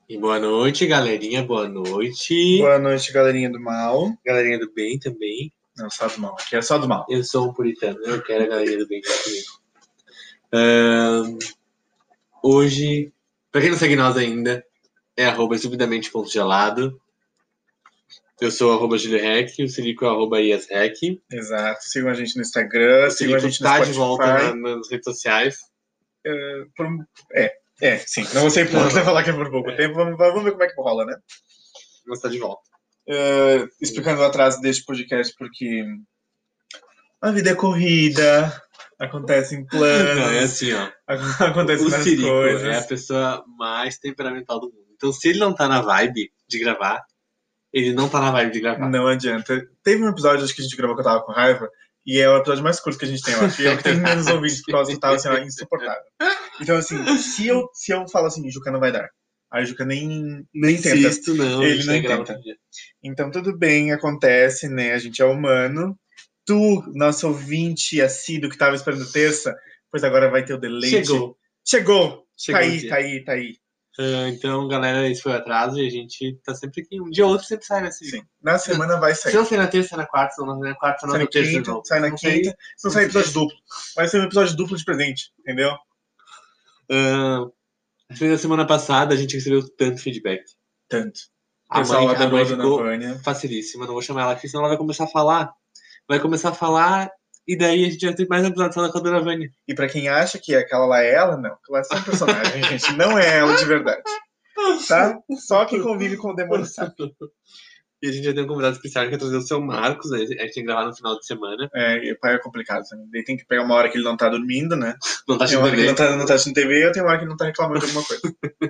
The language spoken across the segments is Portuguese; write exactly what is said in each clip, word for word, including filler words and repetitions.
E boa noite, galerinha, boa noite. Boa noite, galerinha do mal. Galerinha do bem também. Não, só do mal. Aqui é só do mal. Eu sou um puritano, eu quero a galerinha do bem comigo. Um, hoje, pra quem não segue nós ainda, é arroba estupidamente.gelado. Eu sou arroba JulioRec, o Silico é arroba IasRec. Exato. Sigam a gente no Instagram, O sigam a Silico gente no tá Spotify. de volta na, nas redes sociais. É, por... é, é, sim. Não vou ser pouco, você falar que é por pouco é. tempo. Vamos, vamos ver como é que rola, né? Mas tá de volta. Uh, explicando o atraso deste podcast, porque a vida é corrida, acontecem planos. Não, é assim, ó. Acontecem O várias Silico coisas. é a pessoa mais temperamental do mundo. Então, se ele não tá na vibe de gravar, ele não tá na vibe de gravar. Não adianta. Teve um episódio, acho que a gente gravou que eu tava com raiva, e é o episódio mais curto que a gente tem, eu acho. E é o que tem menos ouvintes, por causa que eu tava assim, ó, insuportável. Então, assim, se eu, se eu falo assim, Juca não vai dar. Aí o Juca nem, nem tenta. Insisto, não, Ele não tenta. Então, tudo bem, acontece, né? A gente é humano. Tu, nosso ouvinte assíduo que tava esperando terça, pois agora vai ter o deleite. Chegou. Chegou! Chegou tá o aí, dia. tá aí, tá aí. Uh, então, galera, esse foi o atraso e a gente tá sempre aqui. Um dia ou outro sempre sai, né? Sim. Na semana vai sair. Se não sai na terça, sai na quarta, se não sai na quarta, sai na terça de novo. Sai na quinta, não sai episódio duplo. Vai ser um episódio duplo de presente, entendeu? Uh, na semana passada a gente recebeu tanto feedback. Tanto. A Pessoal, mãe, a mãe ficou Vânia. facilíssima, não vou chamar ela aqui, senão ela vai começar a falar. Vai começar a falar e daí a gente vai ter mais um episódio falando com a Dona Vânia. E pra quem acha que aquela lá é ela, não. Aquela é só um personagem, gente. Não é ela de verdade. Tá? Só quem convive com o demônio sabe. E a gente já tem um convidado especial que é trazer o seu Marcos, né? A gente tem que gravar no final de semana. É, e o pai é complicado também. Ele tem que pegar uma hora que ele não tá dormindo, né? Não tá assistindo T V. Tem uma hora que ele não tá, não tá assistindo T V, eu tenho uma hora que ele não tá reclamando de alguma coisa.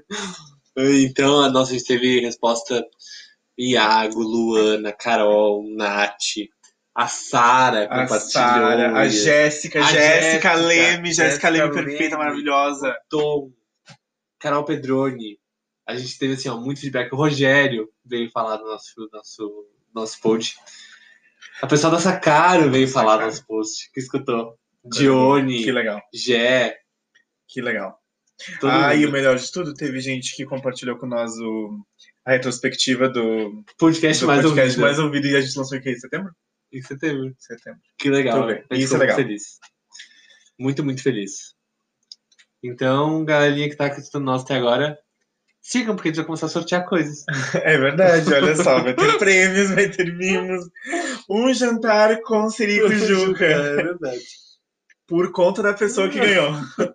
Então, a nossa, a gente teve resposta Iago, Luana, Carol, Nath, a Sara compartilhou. A Sara, a Jéssica, Jéssica Leme, Jéssica Leme perfeita, maravilhosa. Tom, Carol Pedroni. A gente teve assim, ó, muito feedback. O Rogério veio falar do nosso, nosso, nosso post. A pessoa da Sacaro veio falar do nosso post, que escutou. Dione, que legal. Gé. Que legal. Todo ah, mundo. E o melhor de tudo, teve gente que compartilhou com nós o, a retrospectiva do podcast, do mais, podcast ouvido. mais ouvido. E a gente lançou em que? Setembro? Em setembro. Setembro. Que legal. Isso é legal. Muito feliz. Muito, muito feliz. Então, galerinha que tá escutando nós até agora, sigam, porque a gente vai começar a sortear coisas. É verdade, olha só. Vai ter prêmios, vai ter mimos. Um jantar com Silico e Juca. É verdade. Por conta da pessoa que ganhou.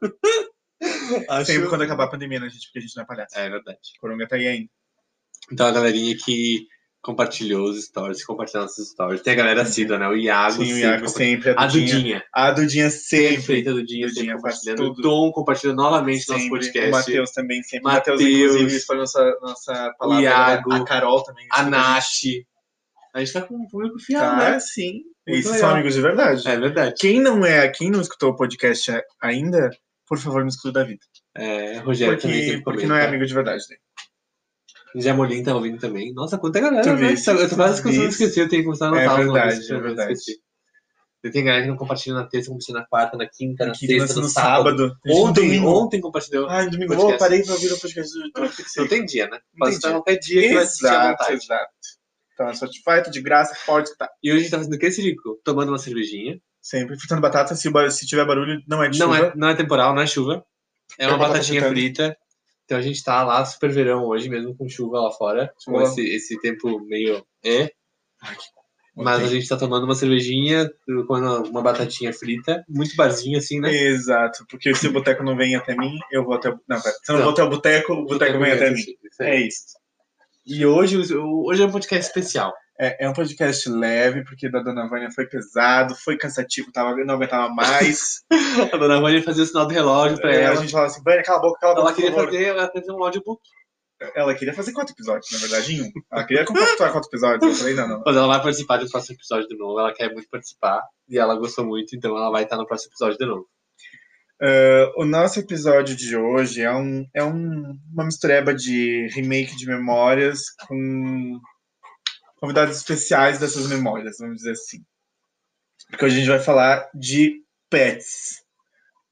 Acho... Sempre quando acabar a pandemia, né, gente? Porque a gente não é palhaço. É verdade. Coronga tá aí ainda. Então, a galerinha que compartilhou os stories, compartilhou nossos stories. Tem a galera assídua, né? O Iago. Sim, o Iago sempre. A Dudinha. A Dudinha sempre. Sempre. A Dudinha, Dudinha sempre compartilhando. tudo. O Tom compartilhando novamente sempre. Nosso podcast. O Matheus também sempre. Mateus, O Matheus, inclusive, foi nossa, nossa palavra. O Iago. A Carol também. A Nath. A gente tá com um público fiel, tá, né? Sim. Muito Esses legal. São amigos de verdade. É verdade. Quem não é, quem não escutou o podcast ainda, por favor, me escuta da vida. É, Rogério porque, também sempre Porque não é amigo de verdade, né? Zé Molim tá ouvindo também. Nossa, quanta galera, tu né? Visse, eu tô quase esquecendo, esqueci, eu tenho que começar a anotar. É verdade, é verdade. Eu tenho galera que não compartilha na terça, compartilha na quarta, na quinta, na, na quinta, sexta, no, no sábado. sábado. Ontem, ontem compartilhou. Ai, domingo, eu parei pra ouvir o podcast do Não tem dia, né? Pode estar qualquer dia que vai assistir à vontade. Exato. Então, é Spotify, de graça, pode estar. E hoje a gente tá fazendo o que, Silico? Tomando uma cervejinha. Sempre. Fritando batata, se, se tiver barulho, não é de não chuva. É, não é temporal, não é chuva. É uma batatinha batata frita. Então a gente tá lá, super verão hoje, mesmo com chuva lá fora. Com esse, esse tempo meio... É. Mas a gente tá tomando uma cervejinha, comendo uma batatinha frita. Muito barzinho, assim, né? Exato. Porque se o boteco não vem até mim, eu vou até o... Não, pera. Se eu não, não vou até o boteco, o boteco vem até mim. Isso é isso. E hoje, hoje é um podcast especial. É, é um podcast leve, porque da Dona Vânia foi pesado, foi cansativo, tava, não aguentava mais. A Dona Vânia fazia o sinal do relógio pra é, ela. A gente falava assim, Vânia, cala a boca, cala a boca. Ela queria fazer, ela fazer um audiobook. Ela queria fazer quatro episódios, na verdade, em um. Ela queria compactuar quatro episódios. Eu falei, não, não. Mas ela vai participar do próximo episódio de novo, ela quer muito participar. E ela gostou muito, então ela vai estar no próximo episódio de novo. Uh, o nosso episódio de hoje é, um, é um, uma mistureba de remake de memórias com convidados especiais dessas memórias, vamos dizer assim. Porque hoje a gente vai falar de pets.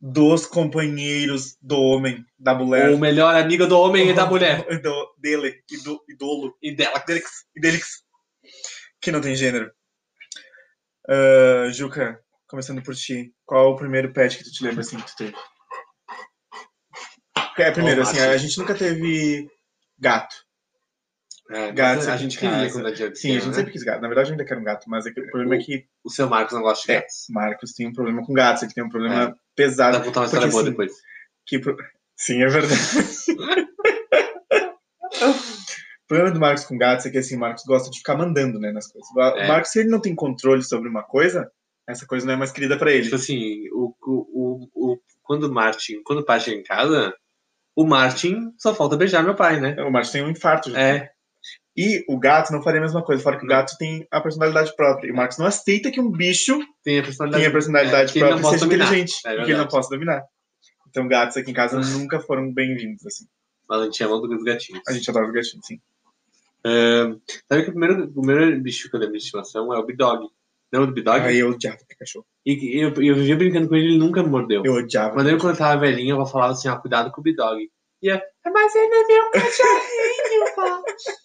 dos companheiros do homem, da mulher. O melhor amigo do homem e da mulher. Do, dele, e do idolo. E dela. Delix, e Delix. Que não tem gênero. Uh, Juca, começando por ti. Qual é o primeiro pet que tu te lembra assim que tu teve? É, primeiro, Oh, assim, macho. a gente nunca teve gato. É, Gatos a aqui gente em queria casa. quando a gente Sim, a gente né? sempre quis gato. Na verdade, eu ainda quero um gato, mas é que o problema o, é que... O seu Marcos não gosta de É, gatos. Marcos tem um problema com gatos. Ele tem um problema É. pesado. Dá pra contar uma história porque, boa assim, depois. Que pro... Sim, é verdade. O problema do Marcos com gatos é que, assim, o Marcos gosta de ficar mandando, né, nas coisas. O É. Marcos, se ele não tem controle sobre uma coisa, essa coisa não é mais querida pra ele. Tipo assim, o, o, o, o, quando o Martin, quando o pai chega em casa, o Martin só falta beijar meu pai, né? O Marcos tem um infarto já. É. E o gato não faria a mesma coisa, fora que o Não. gato tem a personalidade própria. E o Marcos não aceita que um bicho Tem a personalidade, tenha a personalidade é, que ele própria não e possa seja dominar. inteligente. É e que ele não possa dominar. Então gatos aqui em casa nunca foram bem-vindos, assim. Mas a gente ama os gatinhos. A gente adora os gatinhos, sim. Uh, sabe que o primeiro, o primeiro bicho que eu lembro de estimação é o Bidog. Lembra do Bidog? Ah, eu odiava aquele cachorro. E eu, eu vivia brincando com ele e ele nunca me mordeu. Eu odiava. Mas eu, quando eu tava velhinho, eu falava assim, ó, cuidado com o Bidog. E é, mas ele é meu cachorrinho, pá.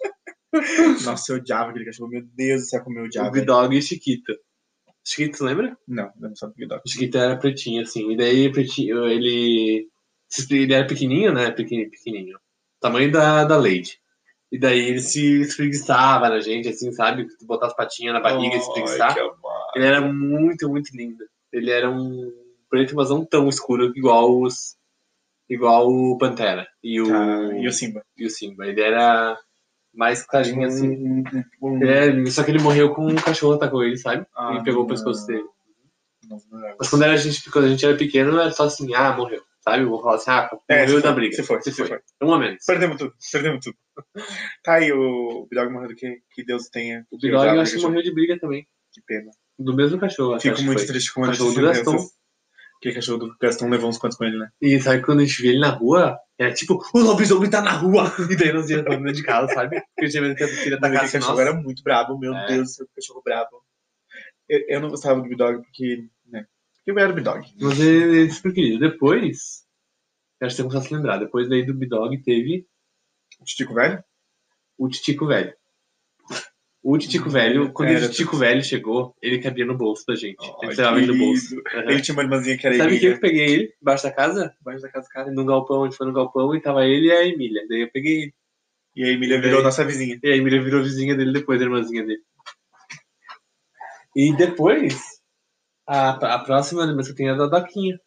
Nossa, eu odiava aquele cachorro. Meu Deus do céu, como eu odiava. O Bidog e o Chiquito. Chiquito, lembra? Não, não sabe o Bidog. O Chiquito era pretinho, assim. E daí, pretinho, ele... Ele era pequenininho, né? Pequenininho, pequenininho. Tamanho da, da Lady. E daí ele se espreguiçava na gente, assim, sabe? Botar as patinhas na barriga e espreguiçar. Ele era muito, muito lindo. Ele era um preto, mas não tão escuro igual os... Igual o Pantera. E o... Tá, e o Simba. E o Simba. Ele era mais clarinho, assim. Hum, hum. É, só que ele morreu com um cachorro atacou ele, sabe? Ah, e pegou não. o pescoço dele. Não, não, não. Mas quando, era a gente, quando a gente era pequeno, era só assim, ah, morreu. Sabe? Eu vou falar assim, ah, É, morreu se da foi, briga. se foi, se se foi. foi. Um momento. Perdemos tudo, perdemos tudo. Tá aí o Bidog morreu do que, que Deus tenha. O Bidog eu acho que morreu de briga também. Que pena. Do mesmo cachorro, acho Fico que muito foi. triste com o uma cachorro do notícia Gaston. dessas. Aquele cachorro do Gaston levou uns quantos com ele, né? E sabe quando a gente vê ele na rua, era tipo, o lobisomem tá na rua! E daí nós íamos dentro de casa, sabe? Porque a gente tinha medo que ele Mas atacasse aquele cachorro nós. era muito brabo, meu É. Deus do céu, que cachorro brabo. Eu, eu não gostava do Bidog porque, né? Porque eu era o Bidog. Mas ele é super querido. Depois, eu acho que você começou a se lembrar, depois daí do Bidog teve O Titico velho? o Titico Velho. O Titico Velho, quando Era o Titico Velho chegou, ele cabia no bolso da gente. Oh, a gente levava ele no bolso. querido. Uhum. Ele tinha uma irmãzinha que era Sabe que eu Emília. peguei ele embaixo da casa? Embaixo da casa, cara, no galpão, a gente foi no galpão e tava ele e a Emília. Daí eu peguei ele. E a Emília E daí- virou nossa vizinha. E a Emília virou vizinha dele depois, a irmãzinha dele. E depois, a, a próxima lembrança que eu tenho é da Doquinha.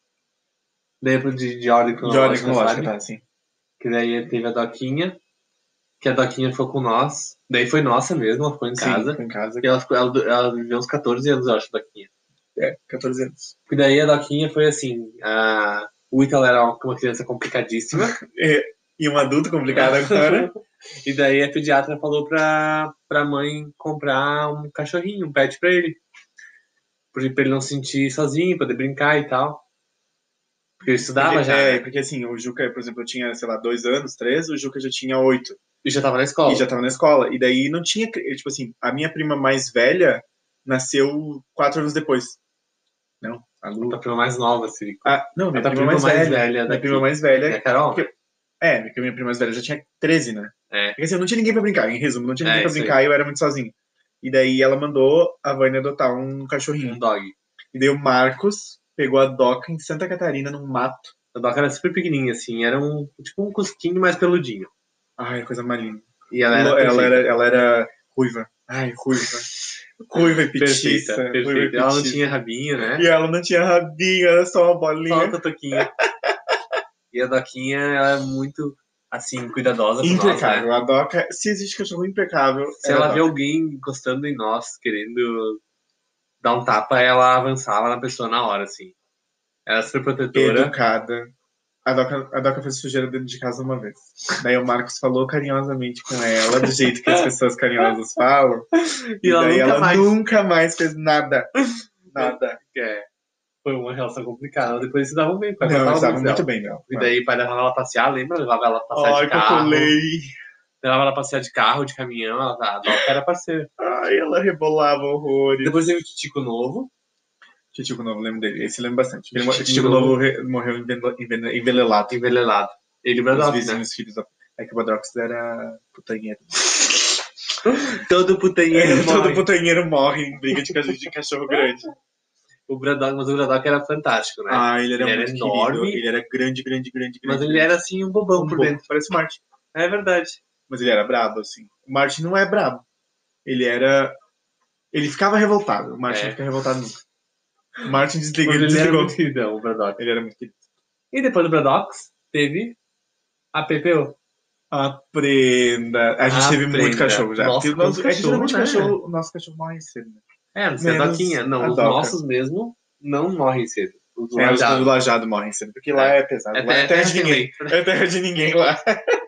Daí de, de ordem De cronológica, ordem cronológica, sabe? tá, assim. Que daí teve a Doquinha, que a Doquinha ficou com nós. Daí foi nossa mesmo, ela ficou em casa. Sim, foi em casa. E ela, ficou, ela, ela viveu uns catorze anos, eu acho, a Doquinha. É, catorze anos. E daí a Doquinha foi assim, a... o Ítalo era uma criança complicadíssima. E, e um adulto complicado agora. E daí a pediatra falou pra, pra mãe comprar um cachorrinho, um pet pra ele. Pra ele não se sentir sozinho, poder brincar e tal. Porque ele estudava porque, já, É, né? porque assim, o Juca, por exemplo, eu tinha, sei lá, dois anos, três, o Juca já tinha oito. E já tava na escola. E já tava na escola. E daí não tinha, tipo assim, a minha prima mais velha nasceu quatro anos depois. Não, a Lu. A prima mais nova, assim. Ah, não, minha A tua prima, mais, velha. Minha daqui. prima mais velha. É a Carol? Porque- É, porque minha prima mais velha já tinha treze, né? É. Porque assim, não tinha ninguém pra brincar, em resumo, não tinha ninguém É, pra isso aí. brincar e eu era muito sozinho. E daí ela mandou a Vânia adotar um cachorrinho. Um dog. E daí o Marcos pegou a Doca em Santa Catarina, num mato. A Doca era super pequenininha, assim. Era um tipo um cusquinho mais peludinho. Ai, coisa mais linda. E ela era ela, perfeita. era, ela era ruiva. Ai, ruiva. Ruiva e petiça. Perfeita, ruiva e perfeita. Ela não petiça. tinha rabinho, né? E ela não tinha rabinho, era só uma bolinha. Só a totoquinha. E a Doquinha, ela é muito, assim, cuidadosa com nós, né? Impecável. A Doca, se existe cachorro impecável, Se era ela a vê Doca. alguém encostando em nós, querendo dar um tapa, ela avançava na pessoa na hora, assim. Era super protetora. Educada. A Doca, a Doca fez sujeira dentro de casa uma vez. Daí o Marcos falou carinhosamente com ela, do jeito que as pessoas carinhosas falam. E E, ela daí nunca ela mais. nunca mais fez nada. Nada. É, foi uma relação complicada. Depois se davam bem. O pai Não, gostava eles davam muito muito dela. bem, não. E daí o pai levava ela a passear, lembra? Levava ela a passear Ai, de carro. cocolei. Levava ela a passear de carro, de caminhão. Ela, a Doca era parceira. Ai, ela rebolava horrores. Depois teve o Titico novo. Titico Novo, lembro dele. Esse eu lembro bastante. Ele, Titico Titico Novo. Novo re- morreu envene- envene- envenenado. Envenenado. Ele e o Os Braddock, né? vizinhos filhos da... É que o Badrox era putanheiro. Todo putanheiro Todo morre. putanheiro morre em briga de cachorro, de cachorro grande. O Braddock, mas o Braddock era fantástico, né? Ah, ele era Ele era muito enorme. querido. Ele era grande, grande, grande, Mas grande. ele grande. era assim um bobão Um por bobo, dentro. Parece o Martin. É verdade. Mas ele era brabo, assim. O Martin não é brabo. Ele era... Ele ficava revoltado. O Martin É. não fica revoltado nunca. O Martin desliga, Mas ele ele era desligou. muito queridão, o Braddock. Ele era muito querido. E depois do Braddock, teve a P P O. Aprenda. A gente teve Aprenda. muito cachorro já. Nossa, Porque o nosso, quanto é que geralmente cachorro, né? cachorro, o nosso cachorro morre cedo, né? É, não sei a Menos Doquinha. Não, a os Doca. nossos mesmo não morrem cedo. Os do É, os Lajado. do Lajado morrem sempre. Porque lá é pesado. É lá é terra terra de sem ninguém. lei. É terra de ninguém lá.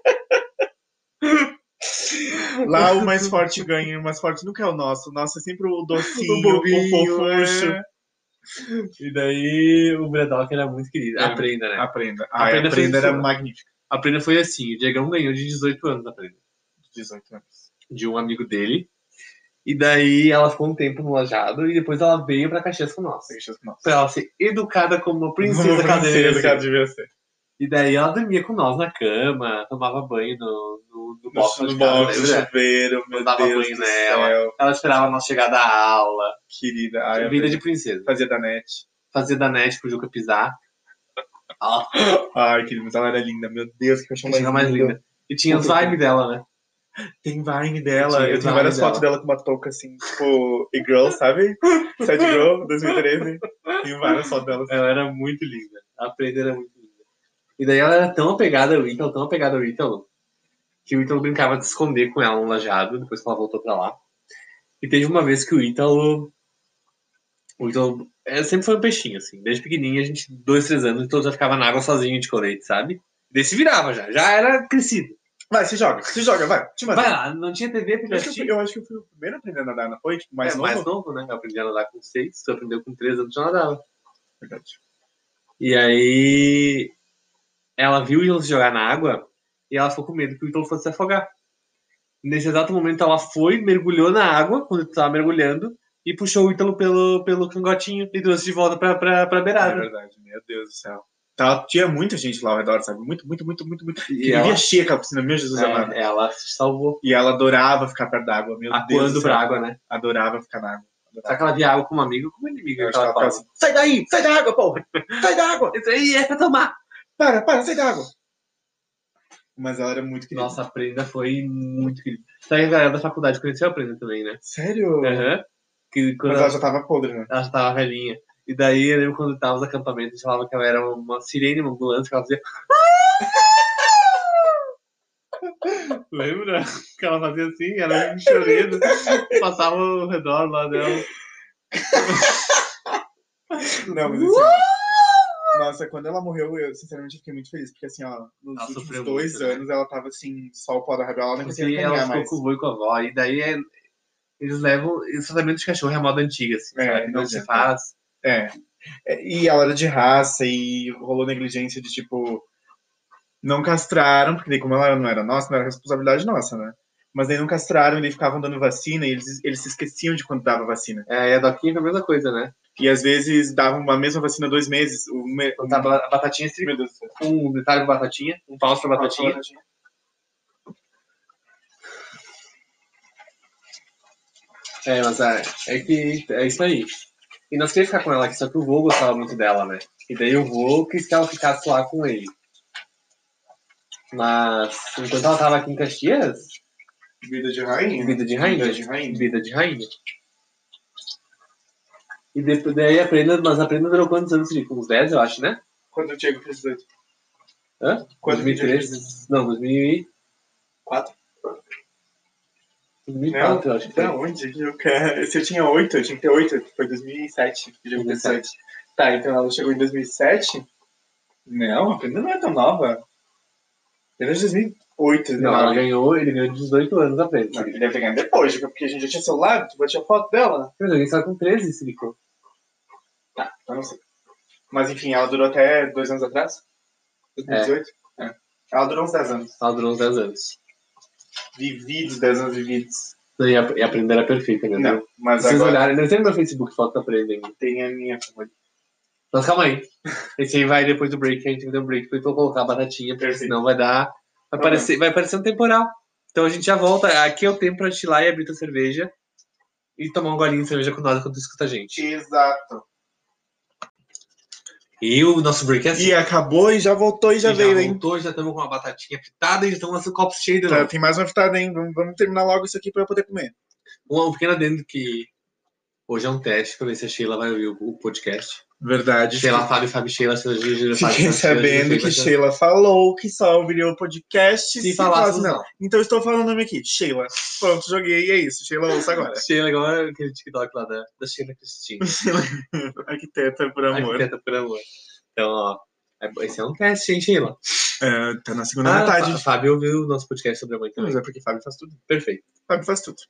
Lá o mais forte ganha. O mais forte nunca é o nosso. O nosso é sempre o docinho, O bobinho, o fofucho. é. E daí o Braddock era muito querido. Era- Aprenda, né? Aprenda. Ah, Aprenda a foi Aprenda era isso. magnífica. A Aprenda foi assim: o Diegão ganhou de dezoito anos a Aprenda. dezoito anos. De um amigo dele. E daí ela ficou um tempo no Lajado e depois ela veio pra Caxias com nós. Nossa. Pra ela ser educada como uma princesa Como que ela deveria princesa que ela ser. devia ser. E daí ela dormia com nós na cama, tomava banho no, no, no No, box no de casa, box, no lembra? chuveiro, meu Dava Deus banho do nela. céu. Ela esperava nós chegar da aula. Querida. Ai, Vida Aprenda. de princesa. Fazia da net. Fazia da net pro Juca pisar. Ah, Ai, querida, mas ela era linda. Meu Deus, que cachorro que mais linda. E tinha os Puta vibes dela, né? Tem Vine dela. Tinha Eu os tenho Vine várias dela. fotos dela com uma touca assim, tipo, e-girl, sabe? Sad Girl, dois mil e treze. Tenho várias fotos dela. Assim. Ela era muito linda. A Aprenda era muito linda. E daí ela era tão apegada ao Ítalo, tão apegada ao Ítalo, que o Ítalo brincava de esconder com ela no Lajado, depois que ela voltou pra lá. E teve uma vez que o Ítalo... O Ítalo é, sempre foi um peixinho, assim. Desde pequenininho, a gente, dois, três anos, o Ítalo já ficava na água sozinho de colete, sabe? Daí se virava já, já era crescido. Vai, se joga, se joga, vai. Te manda. Vai lá, não tinha T V pra Eu acho, que eu, assistir. fui, eu acho que eu fui o primeiro a aprender a nadar, não foi? Tipo, mais é, novo? mais novo, né? Eu aprendi a nadar com seis, tu aprendeu com três anos, já nadava. Verdade. E aí, ela viu o Ítalo se jogar na água e ela ficou com medo que o Ítalo fosse se afogar. Nesse exato momento, ela foi, mergulhou na água, quando tu tava mergulhando, e puxou o Ítalo pelo, pelo cangotinho e trouxe de volta pra, pra, pra É beirada. verdade, meu Deus do céu. Tá, tinha muita gente lá ao redor, sabe? Muito, muito, muito, muito, muito. E Que ela- vivia cheia aquela piscina, meu Jesus amado. É, ela se salvou. E ela adorava ficar perto d'água, meu Deus do Acuando céu. pra água, né? Adorava ficar na água. Adorava. Só que ela via água como amigo ou como inimigo. Eu acho que ela ela ficava falava. assim, sai daí, sai da água, porra! Sai da água! Isso aí é pra tomar. Para, para, sai da água! Mas ela era muito querida. Nossa, a Prenda foi muito querida. Sabe que a galera da faculdade conheceu a Prenda também, né? Sério? Aham. Que quando Mas ela, ela já tava podre, né? ela já tava velhinha. E daí eu lembro quando tava nos acampamentos, eles falavam que ela era uma sirene, uma ambulância, que ela fazia. Lembra? Que ela fazia assim, ela chorando, passava ao redor lá dela. Não, mas assim, nossa, quando ela morreu, eu sinceramente fiquei muito feliz, porque assim, ó, nos Ela últimos sofreu dois muito, né? anos ela tava assim, só o pó da rabiola, ela não Porque conseguia ela caminhar ficou mais. com o vô e com a avó, e daí é, eles levam. O tratamento de cachorro é a moda antiga, assim, É, sabe? não Não se adianta. faz. É. É, e ela era de raça e rolou negligência de tipo. Não castraram, porque daí, como ela não era nossa, não era responsabilidade nossa, né? Mas daí não castraram e daí ficavam dando vacina e eles, eles se esqueciam de quando dava vacina. É, e a Doquinha foi a mesma coisa, né? E às vezes davam a mesma vacina dois meses. O me... Quando tava a batatinha, se- Meu Deus do céu. um detalhe pra batatinha, um pausa pra batatinha. É, mas é, é que é isso aí. E nós queríamos ficar com ela aqui, só que o vô gostava muito dela, né? E daí o vô quis que ela ficasse lá com ele. Mas, enquanto ela tava aqui em Caxias, Vida de rainha. vida de rainha. Vida de rainha. Vida de rainha. E depois, daí a Prenda, mas a Prenda durou quantos anos? Tipo, uns dez, eu acho, né? Quando o Diego fez dezoito? Hã? Quando dois mil e três? Não, dois mil e Quatro? dois mil e quatro, eu acho que foi. Da onde? Eu quero... Se eu tinha oito, eu tinha que ter oito. Foi dois mil e sete que o Diego fez dezoito. Tá, então ela chegou em dois mil e sete? Não, ainda não é tão nova. Ainda é de dois mil e oito. Não, ela ganhou, ele ganhou de dezoito anos a Prenda. Não, ele deve ter ganhado depois, porque a gente já tinha celular, tu batia foto dela. Mas alguém saiu com treze, se ligou. Tá, então não sei. Mas enfim, ela durou até dois anos atrás? dois mil e dezoito? É. Ela durou uns dez anos. Ela durou uns dez anos. Vividos, dez anos vividos. E a, e a prenda era perfeita, né? Não, mas Se vocês agora olharem, não tem no meu Facebook foto da prenda ainda. tem a minha favorita. Mas calma aí. Esse aí vai depois do break, a gente vai ter um break depois pra eu colocar a batatinha, porque Perfeito. senão vai dar. Vai parecer, vai parecer um temporal. Então a gente já volta. Aqui é o tempo pra gente ir lá e abrir tua cerveja e tomar um golinho de cerveja com nós enquanto tu escuta a gente. Exato. E o nosso break é assim. E acabou e já voltou e já E veio, já hein? voltou, já estamos com uma batatinha fritada e já estamos com o copo cheio de Tá, novo. tem mais uma fritada, hein? Vamos, vamos terminar logo isso aqui pra eu poder comer. Um, um pequeno adendo que hoje é um teste pra ver se a Sheila vai ouvir o, o podcast. Verdade. Sheila, Fábio, Fábio, Sheila, Sheila, Sheila, Fiquei sabendo que Sheila falou que só ouviria o podcast se se falasse falasse não. Então eu estou falando o nome aqui. Sheila. Pronto, joguei e é isso. Sheila, ouça agora. Sheila, igual aquele TikTok lá da, da Sheila Cristina. Arquiteta por amor. Arquiteta por amor. Então, ó, esse é um teste, hein, Sheila? É, tá na segunda Ah, metade. Fá- Fábio ouviu o nosso podcast sobre a mãe também. Mas é porque Fábio faz tudo. Perfeito. Fábio faz tudo.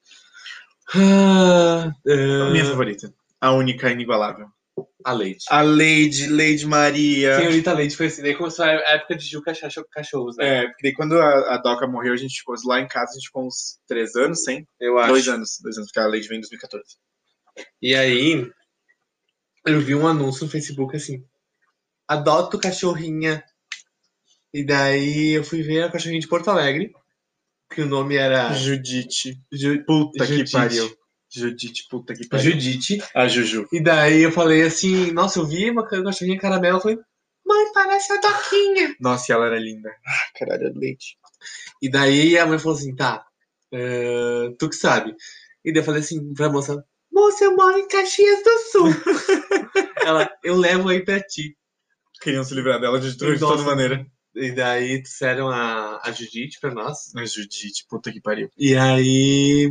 Ah, A minha ah, favorita. A única inigualável. a Leite. A Lady, Lady Maria. Senhorita Leite foi assim, daí começou a época de Ju cachorro, cachorros, né? É, porque daí quando a, a Doca morreu, a gente ficou lá em casa, a gente ficou uns três anos, sem? Eu acho. Dois anos. Dois anos, porque a Lady veio em dois mil e catorze. E aí, eu vi um anúncio no Facebook assim, adota o cachorrinha. E daí eu fui ver a cachorrinha de Porto Alegre, que o nome era Judite. Ju- Puta Judite. que pariu. Judite, puta que pariu. Judite. A Juju. E daí eu falei assim, nossa, eu vi uma cachorrinha caramelo, eu falei, mãe, parece a Doquinha. Nossa, e ela era linda. Ah, caralho, leite. E daí a mãe falou assim, tá, eh, tu que sabe. E daí eu falei assim pra moça, moça, eu moro em Caxias do Sul. Ela, eu levo aí pra ti. Queriam se livrar dela de, tudo, de Nossa. toda maneira. E daí disseram a, a Judite pra nós. A Judite, puta que pariu. E aí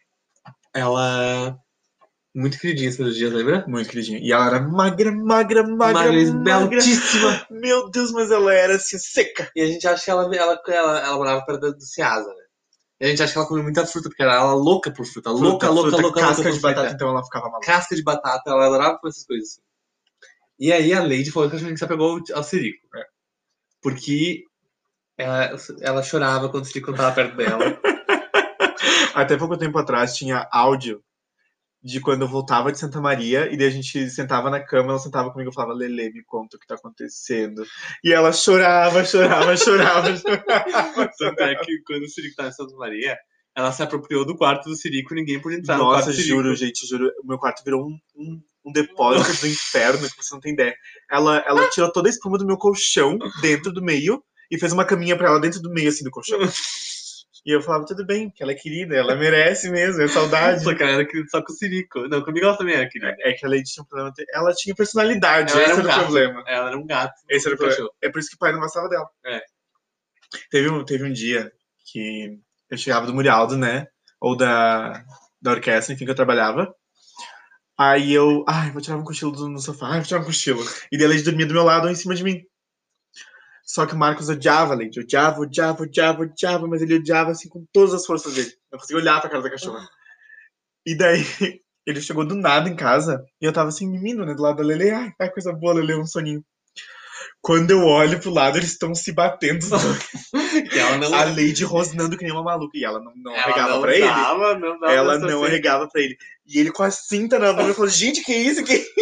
ela... Muito queridinha esses dias, lembra? Muito queridinha. E ela era magra, magra, magra, Magra, magra. belíssima. Meu Deus, mas ela era assim, seca. E a gente acha que ela, ela, ela, ela morava perto do Ceasa, né? E a gente acha que ela comia muita fruta, porque ela era louca por fruta. Louca, Fruta, louca, fruta, louca, casca louca de por batata, fruta. então ela ficava maluca. Casca de batata, ela adorava comer essas coisas assim. E aí a Lady falou que a gente se apegou ao Sirico. É. Porque ela, ela chorava quando o Sirico não tava perto dela. Até pouco tempo atrás tinha áudio de quando eu voltava de Santa Maria e daí a gente sentava na cama, ela sentava comigo e falava, Lelê, me conta o que tá acontecendo. E ela chorava, chorava, chorava, chorava. Tanto é que quando o Sirico tava em Santa Maria, ela se apropriou do quarto do Sirico e ninguém podia entrar no quarto Nossa, do Sirico. juro, gente, juro. O meu quarto virou um, um, um depósito do inferno, que você não tem ideia. Ela, ela tirou toda a espuma do meu colchão dentro do meio e fez uma caminha pra ela dentro do meio, assim, do colchão. E eu falava, tudo bem, porque ela é querida, ela merece mesmo, é saudade. Só que ela era querida só com o Sirico. Não, comigo ela também era querida. É que a Lady tinha um problema. Ela tinha personalidade, Ela esse era um era o gato. problema. Ela era um gato. Esse era o um problema. cachorro. É por isso que o pai não gostava dela. É. Teve um, teve um dia que eu chegava do Murialdo, né? Ou da, da orquestra, enfim, que eu trabalhava. Aí eu, ai, vou tirar um cochilo no sofá, ai, vou tirar um cochilo. E daí a Lady dormia do meu lado ou em cima de mim. Só que o Marcos odiava a Lady, odiava, odiava, odiava, odiava, mas ele odiava assim com todas as forças dele. Não conseguia olhar pra cara da cachorra. E daí ele chegou do nada em casa e eu tava assim, mimindo, né, do lado da Lele. Ai, ai, coisa boa, Lele, um soninho. Quando eu olho pro lado, eles estão se batendo. E ela não... A Lady rosnando que nem uma maluca. E ela não, não ela arregava não pra ele. dava, não dava Ela pra não ser. arregava pra ele. E ele com a cinta na mão, eu falou, gente, que isso? Que isso?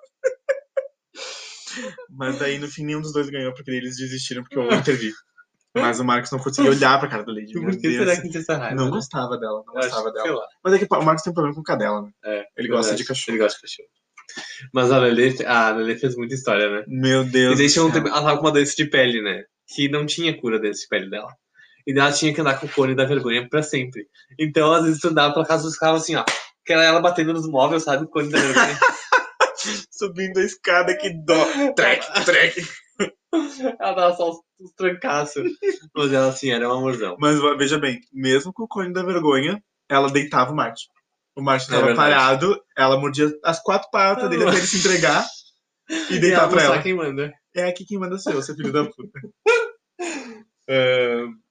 Mas daí, no fim, nenhum dos dois ganhou, porque eles desistiram, porque eu intervi. Mas o Marcos não conseguia olhar pra cara da Lady. Por Meu que Deus. será que ele tinha essa raiva? Não né? gostava dela, não Eu acho gostava que, sei dela. lá. Mas é que o Marcos tem um problema com cadela, né? É, Ele gosta verdade. de cachorro. Ele gosta de cachorro. Mas a Lele, a Lele fez muita história, né? Meu Deus E daí do tinha um céu. tempo, ela tava com uma doença de pele, né? Que não tinha cura desse de pele dela. E daí ela tinha que andar com o cone da vergonha pra sempre. Então, às vezes, tu andava pela casa dos carros assim, ó. Que era ela batendo nos móveis, sabe? O cone da vergonha. Subindo a escada, que dó. Trek, trek. Ela dava só os, os trancaços. Mas ela, assim, era um amorzão. Mas veja bem, mesmo com o cone da vergonha, ela deitava o Marte. O Marte É tava verdade. parado, ela mordia as quatro patas dele até ele se entregar e E deitar ela pra mostrar ela. quem manda. É aqui quem manda sou eu, seu filho da puta. Ahn,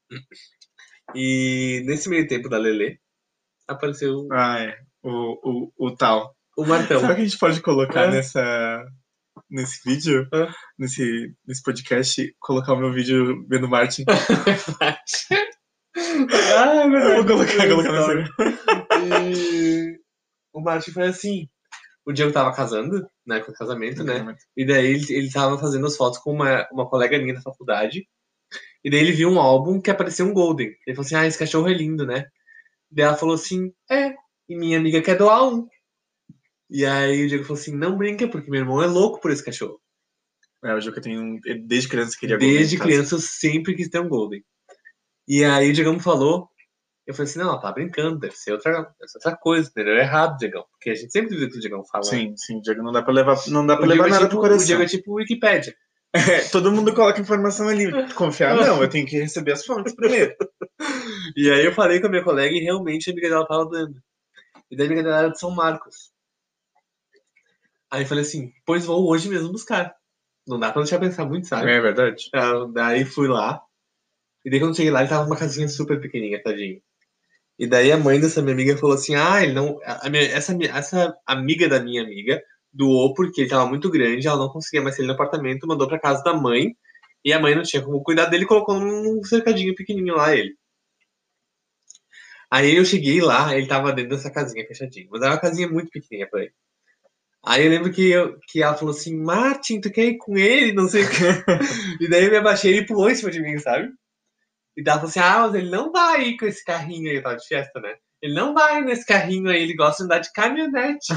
E nesse meio tempo da Lele, apareceu Ah, é. O, o, o tal. o Martão. Sabe o que a gente pode colocar É. nessa, nesse vídeo? É. Nesse, nesse podcast? Colocar o meu vídeo vendo Martin. Ah, é verdade. Eu vou colocar, vou colocar na cena. E o Martin foi assim. O Diego tava casando, né, com o casamento, né? Casamento. E daí ele, ele tava fazendo as fotos com uma, uma colega minha da faculdade. E daí ele viu um álbum que apareceu um Golden. Ele falou assim, ah, esse cachorro é lindo, né? Daí ela falou assim, é, e minha amiga quer doar um. E aí o Diego falou assim, não brinca, porque meu irmão é louco por esse cachorro. É, o Juca tem um... ele desde criança queria Desde Golden em casa. criança eu sempre quis ter um Golden. E aí o Diego me falou, eu falei assim, não, ela tá brincando, deve ser outra, deve ser outra coisa, entendeu? É errado, Diegão. Porque a gente sempre viu o que o Diegão fala. Sim, sim, o Diego não dá pra levar, não dá pra O levar Diego é nada tipo, pro coração. o Diego é tipo Wikipédia. É, todo mundo coloca informação ali. Confiar, não, eu tenho que receber as fontes primeiro. E aí eu falei com a minha colega e realmente a amiga dela tava dando. E daí a amiga dela era de São Marcos. Aí eu falei assim, pois vou hoje mesmo buscar. Não dá pra deixar pensar muito, sabe? É verdade. Ah, daí fui lá. E daí quando cheguei lá, ele tava numa casinha super pequenininha, tadinho. E daí a mãe dessa minha amiga falou assim, ah, ele não... A minha, essa, essa amiga da minha amiga doou porque ele tava muito grande, ela não conseguia mais ter ele no apartamento, mandou pra casa da mãe. E a mãe não tinha como cuidar dele, colocou num cercadinho pequenininho lá, ele. Aí eu cheguei lá, ele tava dentro dessa casinha fechadinho. Mas era uma casinha muito pequenininha pra ele. Aí eu lembro que, eu, que ela falou assim, Martin, tu quer ir com ele? Não sei o que. E daí eu me abaixei e ele pulou em cima de mim, sabe? E daí ela falou assim, ah, mas ele não vai ir com esse carrinho aí, eu tava de festa, né? Ele não vai nesse carrinho aí, ele gosta de andar de caminhonete.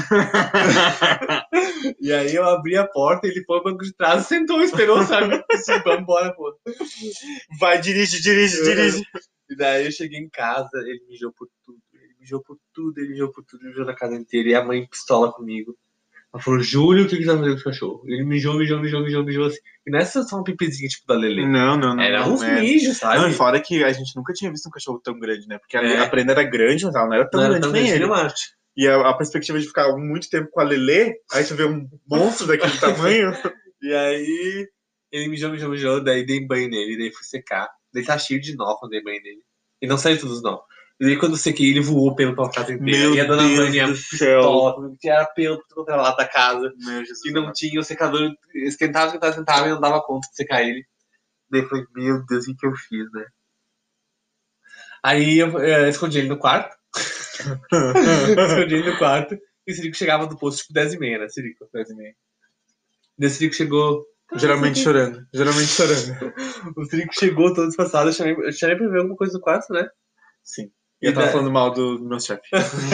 E aí eu abri a porta, ele foi ao banco de trás, sentou, esperou, sabe? Assim, vamos embora, pô. Vai, dirige, dirige, dirige. E daí eu cheguei em casa, ele mijou por tudo, ele mijou por tudo, ele mijou por tudo, ele mijou na casa inteira, e a mãe pistola comigo. Ela falou, Júlio, o que que você vai fazer com o cachorro? Ele mijou, mijou, mijou, mijou, mijou assim. E não é só um pipizinho tipo da Lelê. Não, não, não. Era não, uns é... mijos, sabe? Não, e fora que a gente nunca tinha visto um cachorro tão grande, né? Porque a, É. a prenda era grande, mas ela não era tão não grande era tão nem grande ele. nem o Marte. E a, a perspectiva de ficar muito tempo com a Lelê, aí tu vê um monstro daquele tamanho. E aí ele mijou, mijou, mijou, daí dei banho nele, daí fui secar. Daí tá cheio de nó quando dei banho nele. E não saiu todos os nó. E daí quando eu sequei, ele voou pelo pela casa inteira. Meu e a dona Deus Vânia do céu. pistola, que era pelo por todo lado da casa. Meu Jesus. E não tinha o secador, esquentava, esquentava, esquentava e não dava conta de secar ele. Daí eu falei, meu Deus, o que eu fiz, né? Aí eu, eu escondi ele no quarto. escondi ele no quarto. E o Cirico chegava do posto tipo dez e meia, né, Cirico? dez e meia. Daí o Cirico chegou... Geralmente chorando. Geralmente chorando. O Cirico chegou todo disfarçado. Eu chamei, eu chamei pra ver alguma coisa no quarto, né? Sim. E eu tava da... falando mal do, do meu chefe.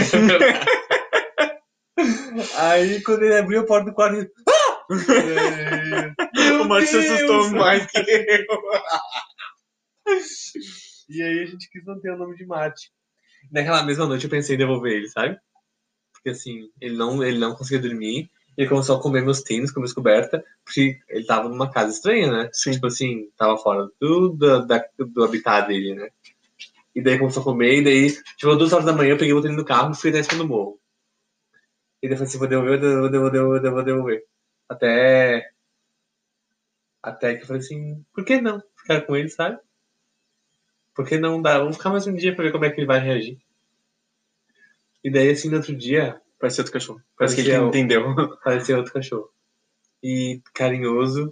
Aí quando ele abriu a porta do quarto, ele... Ah! O Marcos se assustou mais que eu. E aí a gente quis manter o nome de Mate. Naquela mesma noite eu pensei em devolver ele, sabe? Porque assim, ele não, ele não conseguia dormir. Ele começou a comer meus tênis, comer coberta, porque ele tava numa casa estranha, né? Sim. Tipo assim, tava fora do, do, da, do habitat dele, né? E daí começou a comer, e daí, tipo, duas horas da manhã eu peguei, botei ele no carro e fui até em cima do morro. E daí eu falei assim, vou devolver, vou devolver, vou devolver, vou devolver. Até... Até que eu falei assim, por que não ficar com ele, sabe? Por que não dar? Vamos ficar mais um dia pra ver como é que ele vai reagir. E daí, assim, no outro dia... Parecia outro cachorro. Parece parecia que ele o- entendeu. Parecia outro cachorro. E carinhoso.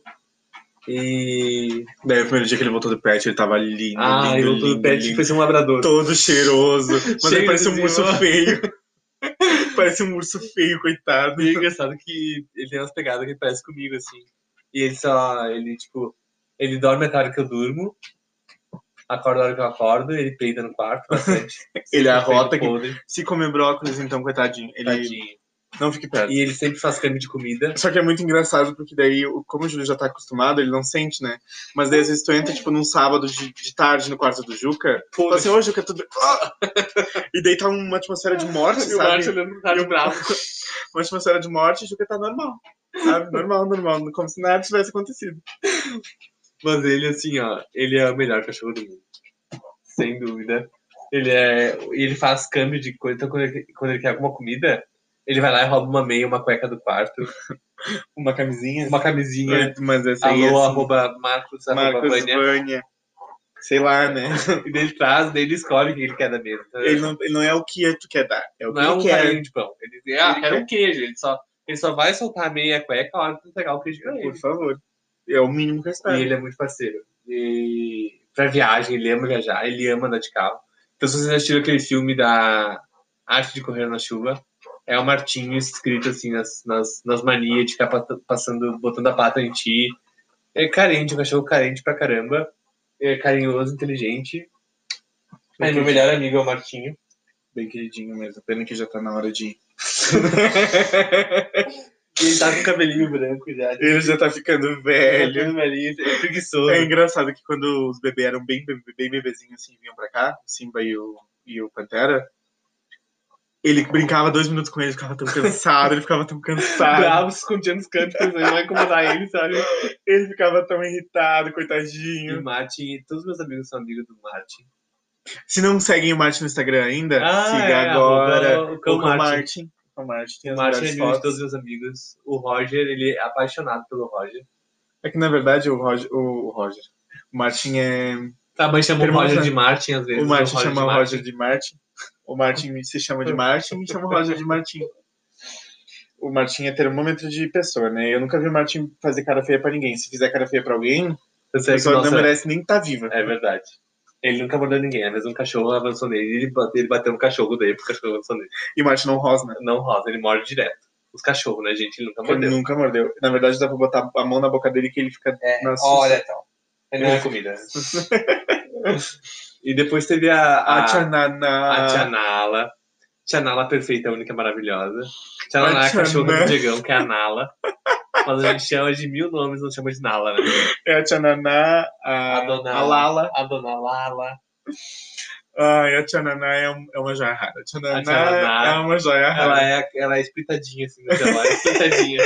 E... Daí o primeiro dia que ele voltou do pet, ele tava lindo, Ah, lindo, ele voltou lindo, do pet lindo. e foi ser um labrador. Todo cheiroso. Mas ele parece um Cheirosinho. urso feio. Parece um urso feio, coitado. E é engraçado que ele tem umas pegadas que parece comigo, assim. E ele só... Ele, tipo... Ele dorme até a hora que eu durmo. Acorda a hora que eu acordo. Ele peida no quarto bastante. Ele arrota que... podre. Se comer brócolis, então, coitadinho. Ele Tadinho. não fique perto. E ele sempre faz creme de comida. Só que é muito engraçado, porque daí, como o Júlio já tá acostumado, ele não sente, né? Mas daí, às vezes, tu entra, tipo, num sábado de, de tarde no quarto do Juca, Pô, fala assim, ô, Juca, tudo bem? Ah! E daí tá uma atmosfera de morte, E o sabe? Márcio olhando pro cara de bravo. Uma atmosfera de morte, o Juca tá normal, sabe? Normal, normal, como se nada tivesse acontecido. Mas ele, assim, ó, ele é o melhor cachorro do mundo. Sem dúvida. Ele é. Ele faz câmbio de coisa. Então, quando ele, quando ele quer alguma comida, ele vai lá e rouba uma meia, uma cueca do quarto, Uma camisinha. uma camisinha. Mas essa aí, Alô, assim, arroba Marcos, arroba Marcos Vânia. Vânia. Sei lá, né? E daí ele traz, daí ele escolhe o que ele quer da mesa. Então, Ele não, ele não é o que tu quer dar, é o que não é ele um quer. carrinho de pão. Ele diz, ah, Ele quero quer. um queijo. Ele só, ele só vai soltar a meia e a cueca a hora que tu entregar o queijo pra ele. Por favor. É o mínimo que eu espero. E ele é muito parceiro. E pra viagem, ele ama viajar, ele ama andar de carro. Então, se vocês assistiram aquele filme da Arte de Correr na Chuva, é o Martinho escrito assim nas, nas, nas manias de ficar passando, botando a pata em ti. É carente, um cachorro carente pra caramba. É carinhoso, inteligente. Aí meu melhor amigo é o Martinho. Bem queridinho mesmo. Pena que já tá na hora de ir. Ele tá com o cabelinho branco já. Ele já tá ficando velho. Tá ficando velhinho, é preguiçoso. É engraçado que quando os bebês eram bem, bem, bem bebezinhos assim, vinham pra cá, o Simba e o, e o Pantera, ele brincava dois minutos com ele, ficava tão cansado, ele ficava tão cansado. Bravo, se escondia nos cantos, não vai incomodar ele, sabe? Ele ficava tão irritado, coitadinho. E o Martin, todos os meus amigos são amigos do Martin. Se não seguem o Martin no Instagram ainda, ah, siga é, agora o Cão Martin. Martin. O Martin tem o as Martin é melhores amigo fotos. de todos os meus amigos. O Roger, ele é apaixonado pelo Roger. É que na verdade o Roger, o Roger, o Martin é... A mãe chama o Irmão, Roger né? de Martin às vezes. O Martin Roger chama de o Martin. Roger de Martin. O Martin se chama de Martin e chama o Roger de Martin. O Martin é termômetro de pessoa, né? Eu nunca vi o Martin fazer cara feia pra ninguém. Se fizer cara feia pra alguém, a pessoa não merece nem estar viva. É verdade. Ele nunca mordeu ninguém, é mesmo um cachorro avançou nele. Ele bateu, ele bateu no cachorro dele, porque o cachorro avançou nele. E o Martin não rosna. Não rosa, ele morde direto. Os cachorros, né, gente? Ele nunca mordeu. Ele nunca mordeu. Na verdade, dá pra botar a mão na boca dele que ele fica é, na olha, então. Ele não é comida. E depois teve a... A, a Tchanana. A Tchanala. Tchanala perfeita, única, maravilhosa. Tchanala é a cachorra do Diegão, que é a Nala. Mas a gente chama de mil nomes, não chama de Nala, né? É a Tchanana, a, a, dona, a Lala. A dona Lala. Ai, a Tchanana é, um, é uma joia rara. A Tchanana, a Tchanana é uma joia rara. Ela é, ela é espritadinha, assim, no celular. Espritadinha.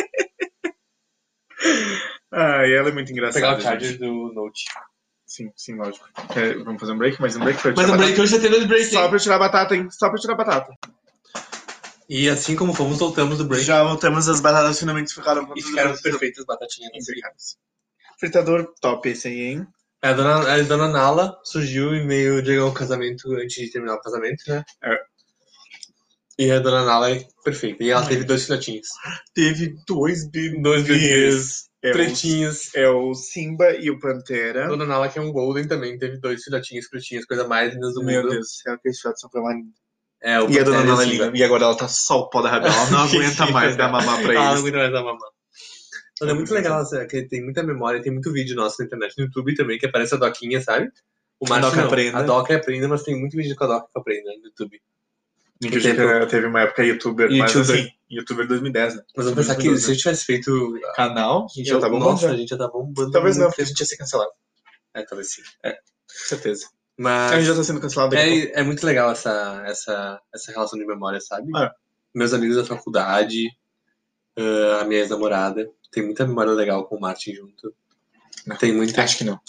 Ai, ela é muito engraçada. Vou pegar o charger gente. do Note. Sim, sim, lógico. Quer, vamos fazer um break? Mais um break? Pra Mais um break, hoje já tem dois breaks. Só pra tirar a batata, hein? Só pra tirar a batata. E assim como fomos, voltamos do break. Já voltamos, as batatas finalmente ficaram E ficaram perfeitas, batatinhas. Fritador top esse aí, hein? É, a dona, a dona Nala surgiu e meio de um casamento antes de terminar o casamento, né? É. E a dona Nala é perfeita. E ela teve dois filhotinhos. Teve dois bebês. Dois bebês. É pretinhos. O, é o Simba e o Pantera. Dona Nala, que é um Golden também, teve dois filhotinhos pretinhos, coisa mais linda do Meu mundo. Meu Deus do céu, aqueles filhotes são coisa mais linda. É, o e a dona Nala é linda. linda. E agora ela tá só o pó da rabiola. Ela não aguenta mais dar mamar pra eles. Ela não aguenta mais dar mamar. Mas é muito legal, assim, que tem muita memória, tem muito vídeo nosso na internet, no YouTube também, que aparece a Doquinha, sabe? O Martin, a Doca aprenda. A Doca aprenda, mas tem muito vídeo com a Doca que aprenda no YouTube. Que tempo... Teve uma época youtuber, YouTuber. Mas assim, youtuber dois mil e dez, né? Mas vamos pensar que se a gente tivesse feito canal, a gente já tá bombando. Nossa, a gente já tá bombando. Talvez não, porque a gente ia ser cancelado. É, talvez sim. É, com certeza. Mas a gente já tá sendo cancelado daqui é, é muito legal essa, essa, essa relação de memória, sabe? É. Meus amigos da faculdade, uh, a minha ex-namorada. Tem muita memória legal com o Martin junto. Não, tem muita... Acho que não.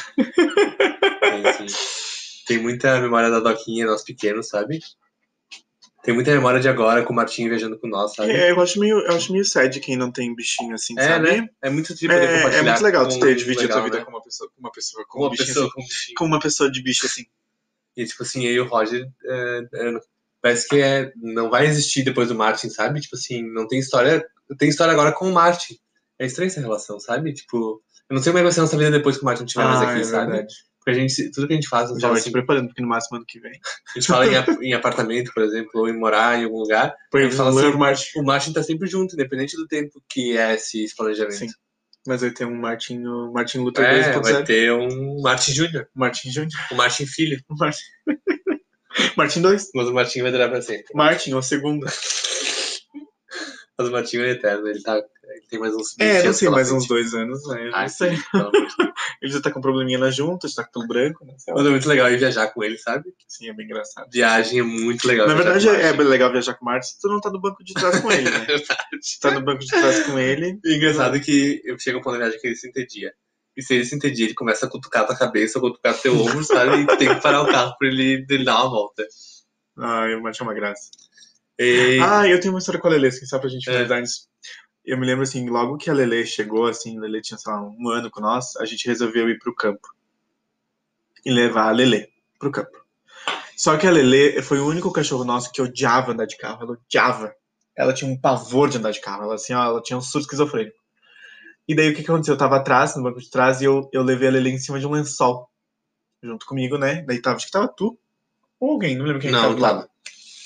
tem, tem muita memória da Doquinha, nós pequenos, sabe? Tem muita memória de agora com o Martinho viajando com nós, sabe? É, eu acho meio, eu acho meio sad quem não tem bichinho assim, é, sabe? Né? É muito triste poder é, compartilhar. É muito legal tu ter dividido legal, a vida né? com uma pessoa, com uma pessoa, com, uma um bichinho pessoa assim, com, bichinho. com uma pessoa de bicho assim. E tipo assim, eu e o Roger, é, é, parece que é, não vai existir depois do Martin, sabe? Tipo assim, não tem história, tem história agora com o Martin. É estranha essa relação, sabe? Tipo, eu não sei como é que vai ser a nossa vida depois que o Martin não estiver ah, mais aqui, é sabe? Verdade. Porque a gente, tudo que a gente faz... Já vai assim, se preparando, porque no máximo ano que vem. A gente fala em, em apartamento, por exemplo, ou em morar em algum lugar. Por a gente fala assim, o Martin. O Martin tá sempre junto, independente do tempo que é esse planejamento. Sim. Mas vai ter um Martin, o Martin Luther é, dois ponto zero. Vai ter um Martin Júnior. Martin Júnior. O Martin Filho. O Martin... Martin dois. Mas o Martin vai durar pra sempre. Martin, o segundo. Mas o Martin é eterno, ele tá... Ele tem mais uns É, não sei, mais uns dois anos, né? Ah, não sei. Sim, pelo amor de Deus. Ele já tá com um probleminha na junta, já tá com pelo branco, né? Mas é muito legal ir viajar com ele, sabe? Sim, é bem engraçado. Viagem é muito legal. Na verdade, é bem legal viajar com o Martin se tu não tá no banco de trás com ele, né? Se tá no banco de trás com ele. E engraçado que eu chego a um ponto da viagem que ele se entedia. E se ele se entedia, ele começa a cutucar a tua cabeça, a cutucar teu ombro, sabe? E tem que parar o carro pra ele, ele dar uma volta. Ah, o Martin é uma graça. E... Ah, eu tenho uma história com a Lelê, assim, só pra gente é. finalizar antes. Eu me lembro, assim, logo que a Lelê chegou, assim, a Lelê tinha, sei lá, um ano com nós, a gente resolveu ir pro campo. E levar a Lelê pro campo. Só que a Lelê foi o único cachorro nosso que odiava andar de carro. Ela odiava. Ela tinha um pavor de andar de carro. Ela, assim, ó, ela tinha um surto esquizofrênico. E daí, o que que aconteceu? Eu tava atrás, no banco de trás, e eu, eu levei a Lelê em cima de um lençol. Junto comigo, né? Daí tava, acho que tava tu. Ou alguém, não lembro quem Não, tava não do lado. tava.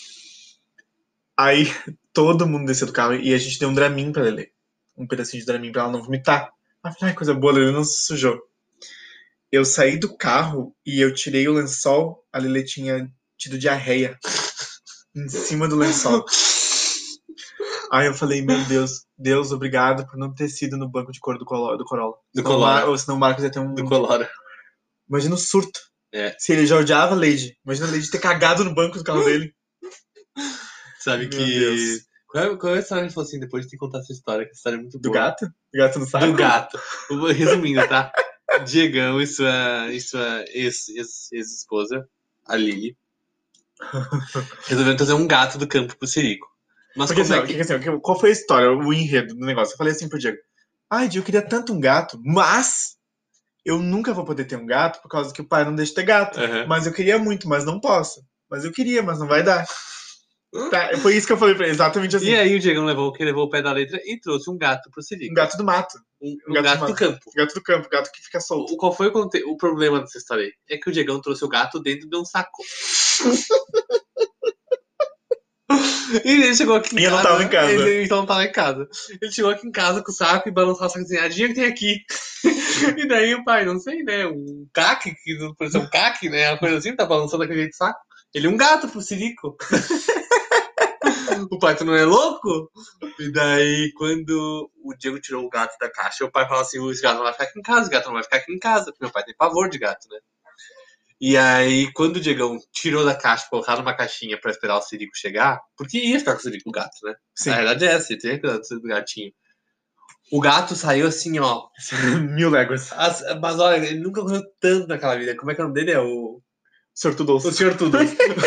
Aí todo mundo desceu do carro e a gente deu um Dramin pra Lelê. Um pedacinho de Dramin pra ela não vomitar. Aí eu falei, ai, coisa boa, a Lelê não se sujou. Eu saí do carro e eu tirei o lençol, a Lelê tinha tido diarreia em cima do lençol. Aí eu falei, meu Deus, Deus, obrigado por não ter sido no banco de couro do, Colo- do Corolla. Do Senão o Colora. Mar- Ou senão o Marcos ia ter um... Do Colora. Imagina o surto. É. Se ele já odiava a Lady. Imagina a Lady ter cagado no banco do carro dele. Sabe Meu que... Deus. Qual é, qual é a história que ele falou assim, depois de te contar essa história, que essa história é muito Do boa. gato? Do gato no saco? Do gato. Resumindo, tá? Diegão e sua, e sua ex, ex, ex-esposa, a Lili, resolveram trazer um gato do campo pro Sirico. Mas Porque como assim, é ó, que... que, assim, ó, qual foi a história, o enredo do negócio? Eu falei assim pro Diego. Ai, Diego, eu queria tanto um gato, mas eu nunca vou poder ter um gato por causa que o pai não deixa ter gato. Uhum. Mas eu queria muito, mas não posso. Mas eu queria, mas não vai dar. Tá, foi isso que eu falei pra ele, exatamente assim. E aí o Diegão levou, que levou o pé da letra e trouxe um gato pro Sirico. Um gato do mato. Um, Um um gato gato, do do mato. campo. Um gato do campo, um gato que fica solto. O, qual foi o, conte- o problema dessa história aí? É que o Diegão trouxe o gato dentro de um saco. E ele chegou aqui em E eu casa. não tava em casa. Ele então não tava em casa. Ele chegou aqui em casa com o saco e balançou a saco assim, a Diego tem aqui. E daí o pai, não sei, né? Um caque, que não parecia um caque, né? Uma coisa assim, tá balançando aquele jeito de saco. Ele é um gato pro Sirico. O pai, tu não é louco? E daí, quando o Diego tirou o gato da caixa, o pai falou assim: o gato não vai ficar aqui em casa, o gato não vai ficar aqui em casa. Porque meu pai tem pavor de gato, né? E aí, quando o Diegão tirou da caixa, colocar numa caixinha pra esperar o Sirico chegar, porque ia ficar com o Sirico, o gato, né? Sim. Na verdade é essa, ele tinha que cuidar do gatinho. O gato saiu assim, ó. Mil léguas. As- mas olha, ele nunca correu tanto naquela vida. Como é que é o nome dele? É o. Sortudoso. O senhor Tudos.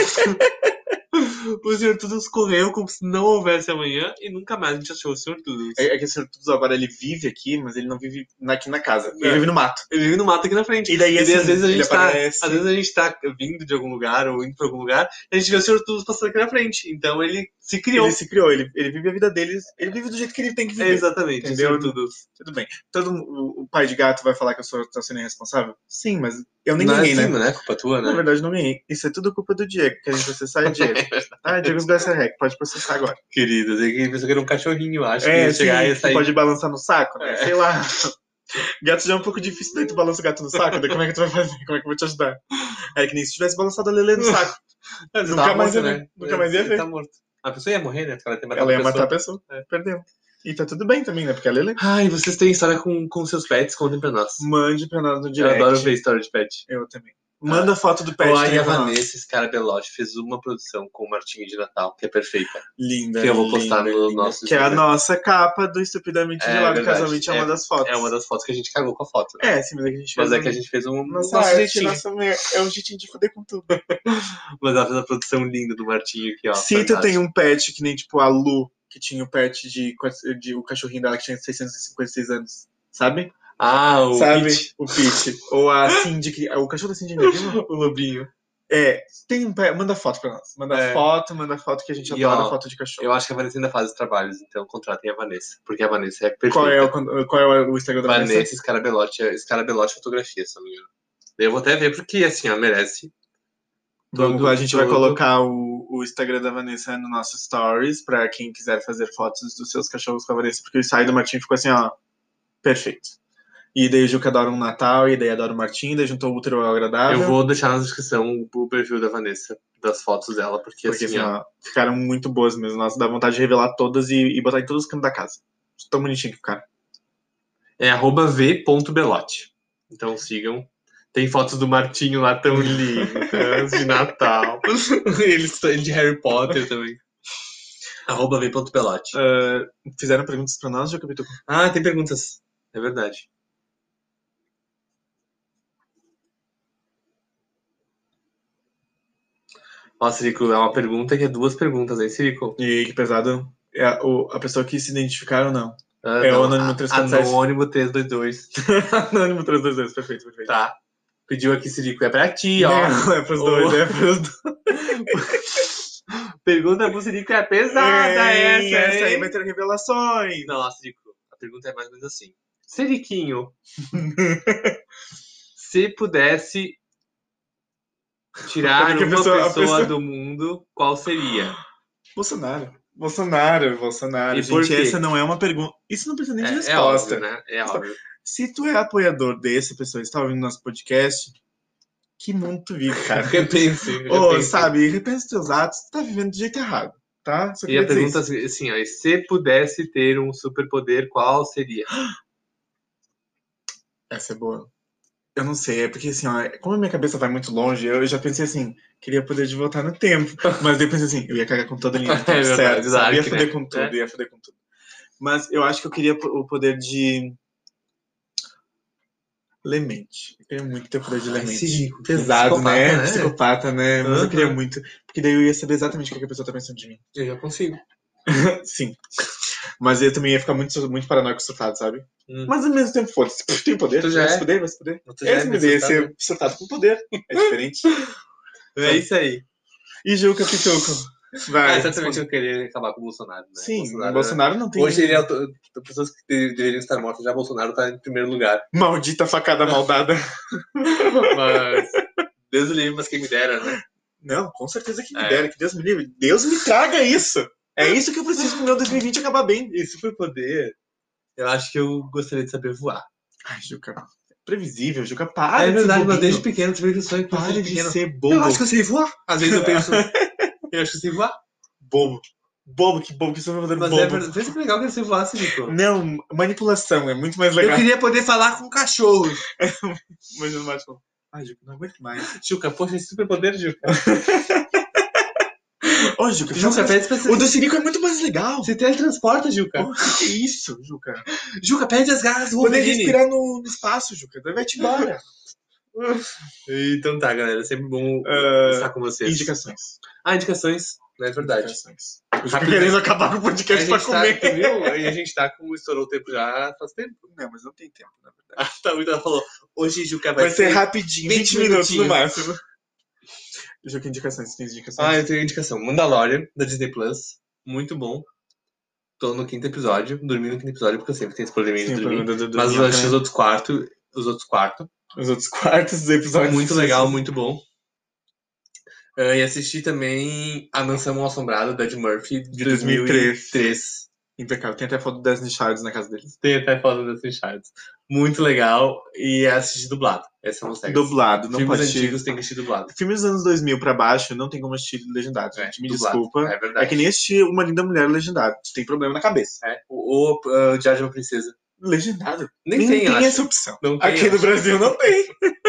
O senhor Tudos correu como se não houvesse amanhã e nunca mais a gente achou o senhor Tudos. É, é que o Sortudoso agora ele vive aqui, mas ele não vive aqui na casa. Ele É. vive no mato. Ele vive no mato aqui na frente. E daí, assim, às vezes a ele gente tá. aparece- Às vezes a gente tá vindo de algum lugar ou indo pra algum lugar e a gente vê o senhor Tudos passando aqui na frente. Então ele se criou. Ele se criou, ele, ele vive a vida dele, ele vive do jeito que ele tem que É, viver. exatamente, Entendeu? o senhor Tudos. Tudo bem. Todo, o, o pai de gato vai falar que eu sou, tô sendo irresponsável? Sim, mas eu nem Não é ganhei, assim, né? não é culpa tua, Na né? verdade, não ganhei. Isso é tudo culpa do Diego. Querem processar é Diego. Ah, Diego Garcia Rec, pode processar agora. Querido, ele pensou que era um cachorrinho, acho que É, ia sim, chegar e ia que sair. pode balançar no saco, né? É. Sei lá. Gato já é um pouco difícil, daí tu balança o gato no saco, daí como é que tu vai fazer? Como é que eu vou te ajudar? É que nem se tivesse balançado a Lelê no saco. Você Nunca tava mais morto, ia ver, né? nunca mais ia Ele ver. Tá morto. A pessoa ia morrer, né? Porque ela ia ter matado Ela ia a pessoa. matar a pessoa. É. Perdeu. E tá tudo bem também, né? Porque a Lelê. Ai, vocês têm história com, com seus pets? Contem pra nós. Mande pra nós no Eu direct. adoro ver história de pet. Eu também. Manda foto do pet Olha, também a pra nós. Vanessa Scarabellotti fez uma produção com o Martinho de Natal, que é perfeita. Linda, Que eu vou postar linda, no linda. nosso Que é a Instagram. nossa capa do Estupidamente É Gelado. verdade. Casualmente é uma É- das fotos. É uma das fotos que a gente cagou com a foto, né? É, sim, mas é que a gente Mas fez é que a um- gente fez um Nossa, nosso arte, jeitinho. nossa, é um jeitinho de foder com tudo. Mas ela fez a produção linda do Martinho aqui, ó. Se tu fantástico. tem um pet que nem, tipo, a Lu, que tinha o pet de, de o cachorrinho dela que tinha seiscentos e cinquenta e seis anos, sabe? Ah, o sabe? Pete. O Pete. Ou a Cindy, que, o cachorro da Cindy ainda é vivo? O lobinho. É, tem um pet, manda foto pra nós. Manda É. foto, manda foto que a gente E, adora ó, foto de cachorro. Eu acho que a Vanessa ainda faz os trabalhos, então contratem a Vanessa. Porque a Vanessa é perfeita. Qual é, o, qual é o Instagram da Vanessa? Vanessa Scarabellotti, é Scarabellotti Fotografia, se não me engano. Eu vou até ver, porque assim, ela merece. Vamos, Tudo, a gente vai tudo. colocar o, o Instagram da Vanessa no nosso stories pra quem quiser fazer fotos dos seus cachorros com a Vanessa, porque o ensaio do Martim ficou assim, ó, perfeito. E daí o Juca adora um Natal, e daí adora o Martim, daí juntou o útero ao agradável. Eu vou deixar na descrição o perfil da Vanessa, das fotos dela, porque, Porque assim, assim, ó, ó, ficaram muito boas mesmo. Nossa, dá vontade de revelar todas e, e botar em todos os cantos da casa. Tão bonitinho que ficaram. é arroba v.belotti. Então sigam. Tem fotos do Martinho lá tão lindas, de Natal. ele, ele de Harry Potter também. Arroba v.belotti. Uh, fizeram perguntas pra nós, Juca Bituco? Ah, tem perguntas. É verdade. Ó, Cirico, é uma pergunta que é duas perguntas, hein, Cirico? E que pesado. É a, o, a pessoa que se identificar ou não? Ah, É não, o Anônimo a- três quatro sete. Anônimo três dois dois. Anônimo três dois dois, perfeito, perfeito. Tá. Pediu aqui, Cirico, é pra ti, ó. Não, é pros Ô. dois, é pros dois. Pergunta pro Cirico é pesada Ei, essa, essa aí hein? vai ter revelações. Não, Cirico, a pergunta é mais ou menos assim. Ciriquinho, se pudesse tirar Porque a uma pessoa- pessoa, a pessoa- do mundo, qual seria? Bolsonaro. Bolsonaro, Bolsonaro. E por Gente, quê? essa não é uma pergunta. Isso não precisa nem de É, é resposta. óbvio, né? É óbvio. Se tu é apoiador desse pessoa e está ouvindo nosso podcast, que mundo tu vive, cara? Repense, Ô, repense. sabe, repensa os teus atos, tu tá vivendo do jeito errado, tá? Só E a queria dizer pergunta isso. assim, ó, e se pudesse ter um superpoder, qual seria? Essa é boa. Eu não sei, é porque assim, ó, como a minha cabeça vai muito longe, eu já pensei assim, queria poder de voltar no tempo. Mas daí eu pensei assim, eu ia cagar com toda a linha do tempo É verdade, certo, sabe? Ia Dark, foder né? com tudo, É. ia foder com tudo. Mas eu acho que eu queria o poder de lemente. Eu queria muito ter o poder de Ai, lemente. sim, Pesado, psicopata, né? né? Psicopata, né? Mas eu queria Aham. muito. Porque daí eu ia saber exatamente o que a pessoa tá pensando de mim. Eu já consigo. Sim. Mas eu também ia ficar muito, muito paranoico surtado, sabe? Hum. Mas ao mesmo tempo, foda-se. Pff, tem poder? Tu já vai é. se fuder, vai se fuder. Tu já é Esse me meio ia surtado, ser surtado com poder. É diferente. É isso aí. E Juca Pituco? Vai. Ah, exatamente, eu queria acabar com o Bolsonaro, né? Sim, Bolsonaro, Bolsonaro não tem. Hoje ele é auto... pessoas que deveriam estar mortas, já Bolsonaro tá em primeiro lugar. Maldita facada maldada. Mas Deus o livre, mas quem me dera, né? Não, com certeza que me É. dera, que Deus me livre. Deus me traga isso. É isso que eu preciso pro meu dois mil e vinte acabar bem. E superpoder, eu acho que eu gostaria de saber voar. Ai, Juca. Previsível, Juca. Para É de verdade, ser mas bobinho. desde pequeno, tu vê que eu sonho com Para desde de pequeno. ser bobo. Eu acho que eu sei voar. Às vezes eu penso, eu acho que eu sei voar. Bobo. Bobo, que bobo, que você vai fazer Mas bobo. é verdade, pensa que legal que eu sei voar, Felipe. Não, manipulação é muito mais legal. Eu queria poder falar com cachorros. Mas não mais falar. Ai, Juca, não aguento mais. Juca, poxa, esse superpoder, Juca. Ô, Juca, Juca, faz- pede pra o do Sirico é muito mais legal. Você teletransporta, Juca. Ô, que que é isso, Juca? Juca, pede as garras do Poder Wolverine. respirar no, no espaço, Juca. Daí vai te embora. Então tá, galera. É sempre bom Ah, estar com vocês. Indicações. Ah, indicações. Não é verdade. Indicações. O Juca Rápido. querendo acabar com o A podcast pra gente, tá, comer. tu viu? E a gente tá com. Estourou o tempo já faz tempo. Não, mas não tem tempo, na verdade. Ah, tá, então ela falou. Hoje, Juca, vai, Vai ser rapidinho, vinte vinte minutos no minutinhos. máximo. Juca, indicações. Tem indicações? Ah, eu tenho indicação. Mandalorian, da Disney Plus. Muito bom. Tô no quinto episódio. Dormi no quinto episódio, porque eu sempre tenho esse probleminha Sim, de o dormir. problema do- do Mas eu minhoca, assisti né? os outros quartos. Os outros quartos. Os outros quartos dos episódios. Muito legal, muito bom. Uh, e assisti também A Mansão Mal-Assombrada, da Ed Murphy, de dois mil e três. Impecável. Tem até foto do Destiny Childs na casa deles. Tem até foto das Charts. Muito legal. E assisti dublado. Essas são as regras. Dublado, não Filmes pode antigos tem que assistir dublado. Filmes dos anos dois mil pra baixo não tem como assistir legendado, É, gente. Me dublado. desculpa. É verdade. É que nem assistir Uma Linda Mulher legendado. Tu tem problema na cabeça. É. Ou uh, Diário de uma Princesa. Legendado? Nem Nem tem, tem eu acho. essa opção. Não tem, Aqui eu no acho. Brasil não tem.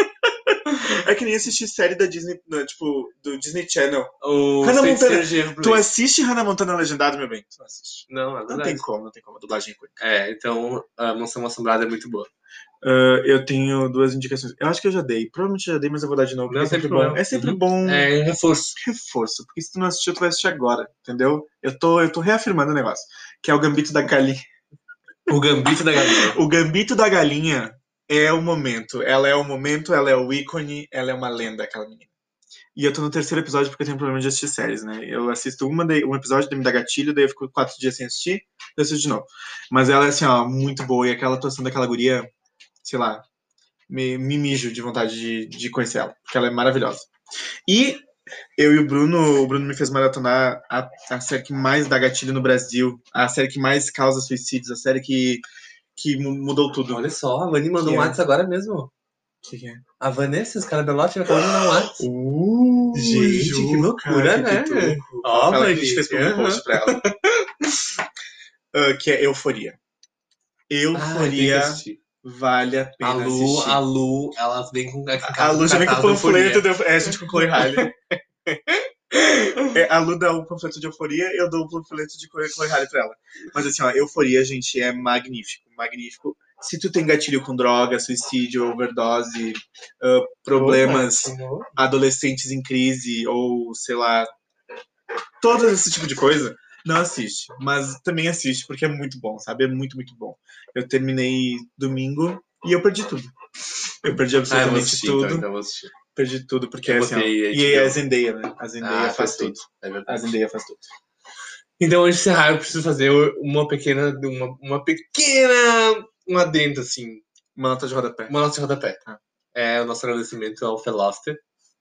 É que nem assistir série da Disney, não, tipo, do Disney Channel. O Hannah Feiticeiro Montana. de Everly. Tu assiste Hannah Montana legendado, meu bem? Tu não assiste. Não, é Não verdade. tem como, não tem como. A dublagem é ruim. É, então a Mansão Assombrada é muito boa. Uh, eu tenho duas indicações. Eu acho que eu já dei. Provavelmente já dei, mas eu vou dar de novo. Porque Não, é sempre sem bom. problema. É sempre Uhum. bom. É reforço. Reforço. Porque se tu não assistiu, tu vai assistir agora. Entendeu? Eu tô, eu tô reafirmando o negócio. Que é o Gambito da Galinha. O Gambito da Galinha. O Gambito da Galinha é o momento. Ela é o momento, ela é o ícone, ela é uma lenda, aquela menina. E eu tô no terceiro episódio porque eu tenho problema de assistir séries, né? Eu assisto uma de, um episódio, daí me dá gatilho, daí eu fico quatro dias sem assistir, eu assisto de novo. Mas ela é assim, ó, muito boa. E aquela atuação daquela guria, sei lá, me, me mijo de vontade de, de conhecer ela. Porque ela é maravilhosa. E eu e o Bruno, o Bruno me fez maratonar a, a série que mais dá gatilho no Brasil, a série que mais causa suicídios, a série que, que mu- mudou tudo. Olha só, a Vani mandou Que um é? WhatsApp agora mesmo. O que, que é? A Vanessa, os caras da Lotte, acabou de mandar um WhatsApp. Uh, Gente, Juca, que loucura, que né? pituco. Ó, Fala que a Vani, gente fez public aham. post pra ela. Ah, que é Euforia. Ah, tem que Euforia assistir. vale a pena A Lu, assistir. a Lu, elas vêm com A Lu já vem com o panfleto, de, é, a gente com Chloe Halle. É, a Lu dá o panfleto de Euforia, eu dou o panfleto de Chloe Chloe Halle pra ela. Mas assim, ó, Euforia, gente, é magnífico, magnífico. Se tu tem gatilho com droga, suicídio, overdose, ah, problemas, adolescentes em crise, ou sei lá, todo esse tipo de coisa, não assiste. Mas também assiste, porque é muito bom, sabe? É muito, muito bom. Eu terminei domingo e eu perdi tudo. Eu perdi Ah, eu vou absolutamente assistir, tudo. então, então eu vou assistir. Perdi tudo, porque Eu é assim, ó, botei e H B O. a Zendaya, né? A Zendaya Ah, faz perfeito. tudo. É A verdade. Zendaya faz tudo. Então, antes de encerrar, eu preciso fazer uma pequena, uma, uma pequena, um adendo, assim, Uma nota de rodapé. uma nota de rodapé. Ah. É o nosso agradecimento ao Feloster,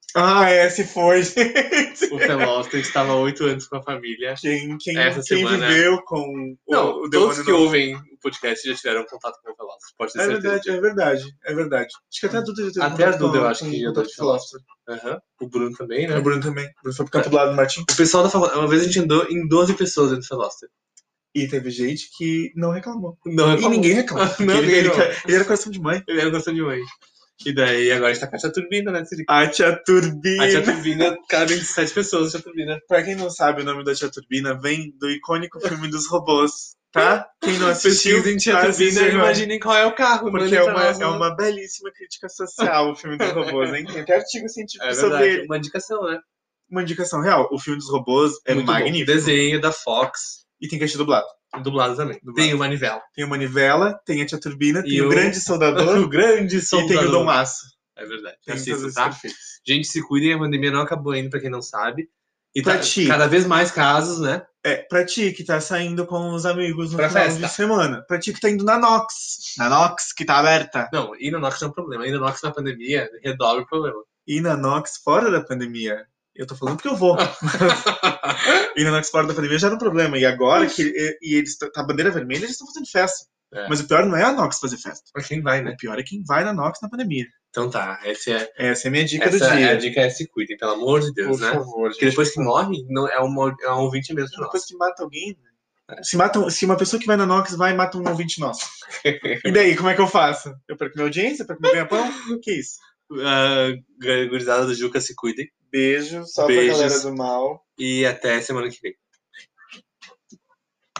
Ah, é, se foi, gente. O Veloster estava oito anos com a família. Quem, quem, Essa quem semana- viveu com o, Não, o todos demônio que no- ouvem o podcast já tiveram contato com o Veloster, pode ter É certeza. verdade, é verdade, é verdade. Acho que até a Duda já teve Até a contato Duda, com- eu acho com- que já contato deu de com o Veloster. Aham. O Bruno também, né? O Bruno também. O Bruno foi pro campo do lado do Martim. O pessoal da faculdade, uma vez a gente andou em doze pessoas dentro do Veloster. E teve gente que não reclamou. Não E reclamou. ninguém reclama. porque Não, ele, ninguém ele, reclamou. ele era coração de mãe. Ele era gostando de mãe. E daí agora a gente tá com a tia Turbina, né, Ciri? A tia Turbina. A tia Turbina, cabem sete pessoas, a tia Turbina. Pra quem não sabe, o nome da tia Turbina vem do icônico filme dos robôs, tá? Quem não assistiu, Pesquisem tia assiste Turbina e agora. imaginem qual é o carro. Porque mandem é pra uma, nós, é né? uma belíssima crítica social o filme dos robôs, hein? Tem até artigo científico É sobre verdade, ele. uma indicação, né? Uma indicação real, o filme dos robôs é Muito bom. magnífico. Desenho da Fox, E tem que assistir dublado. dublado também. Dublado. Tem o Manivela. Tem o Manivela, tem a tia Turbina, tem E o o- Grande Soldador O grande e soldador. tem o Dom Maço. É verdade. Tem Assistam, todos tá? esses perfeitos. Gente, se cuidem, a pandemia não acabou ainda, pra quem não sabe. E Pra tá ti. cada vez mais casos, né? É, pra ti que tá saindo com os amigos no Pra final festa. de semana. Pra ti que tá indo na Nox. Na Nox, que tá aberta. Não, ir na Nox é um problema. Ir na Nox na pandemia redobra o problema. E na Nox fora da pandemia. Eu tô falando porque eu vou. E na Nox fora da pandemia já era um problema. E agora que e, e eles tá a bandeira vermelha, eles estão fazendo festa. É. Mas o pior não é a Nox fazer festa. Pra quem vai, né? O pior é quem vai na Nox na pandemia. Então tá, essa é, Essa é a minha dica essa do é dia. a dica é se cuidem, pelo amor de Deus, Por né? favor, Porque gente. depois que morre, não, é, uma, é um ouvinte mesmo pra Depois nós. que mata alguém. né? Se, mata, se uma pessoa que vai na Nox vai e mata um ouvinte nosso. E daí, como é que eu faço? Eu perco minha audiência? Perco meu ganha-pão? Que isso? Uh, gurizada do Juca, se cuidem. Beijo, só Beijos. pra galera do mal. E até semana que vem.